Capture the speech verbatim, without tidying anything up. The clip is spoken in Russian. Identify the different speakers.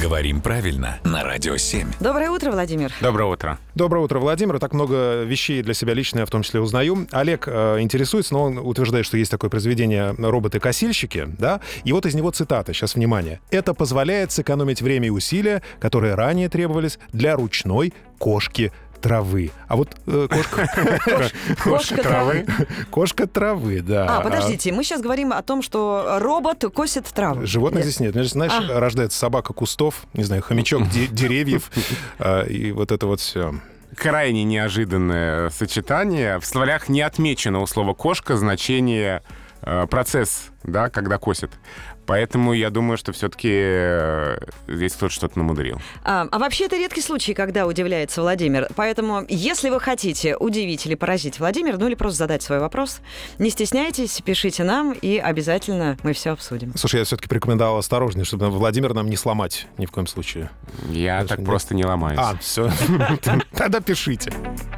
Speaker 1: Говорим правильно на Радио семь.
Speaker 2: Доброе утро, Владимир.
Speaker 3: Доброе утро.
Speaker 4: Доброе утро, Владимир. Так много вещей для себя лично я в том числе узнаю. Олег э, интересуется, но он утверждает, что есть такое произведение «Роботы-косильщики», да? И вот из него цитата. Сейчас, внимание. «Это позволяет сэкономить время и усилия, которые ранее требовались для ручной кошки травы». А вот э, кошка...
Speaker 2: Кошка травы.
Speaker 4: Кошка травы, да.
Speaker 2: А, подождите, мы сейчас говорим о том, что робот косит траву.
Speaker 4: Животных здесь нет. Знаешь,
Speaker 2: А.
Speaker 4: рождается собака кустов, не знаю, хомячок де- деревьев, а, и вот это вот все.
Speaker 3: Крайне неожиданное сочетание. В словарях не отмечено у слова «кошка» значение э, процесс, да, когда косит. Поэтому я думаю, что все-таки э, здесь кто-то что-то намудрил.
Speaker 2: А, а вообще это редкий случай, когда удивляется Владимир. Поэтому, если вы хотите удивить или поразить Владимира, ну или просто задать свой вопрос, не стесняйтесь, пишите нам, и обязательно мы все обсудим.
Speaker 4: Слушай, я все-таки порекомендовал осторожнее, чтобы Владимира нам не сломать ни в коем случае.
Speaker 3: Я
Speaker 4: Даже
Speaker 3: так
Speaker 4: нет.
Speaker 3: просто не ломаюсь.
Speaker 4: А, все. Тогда пишите.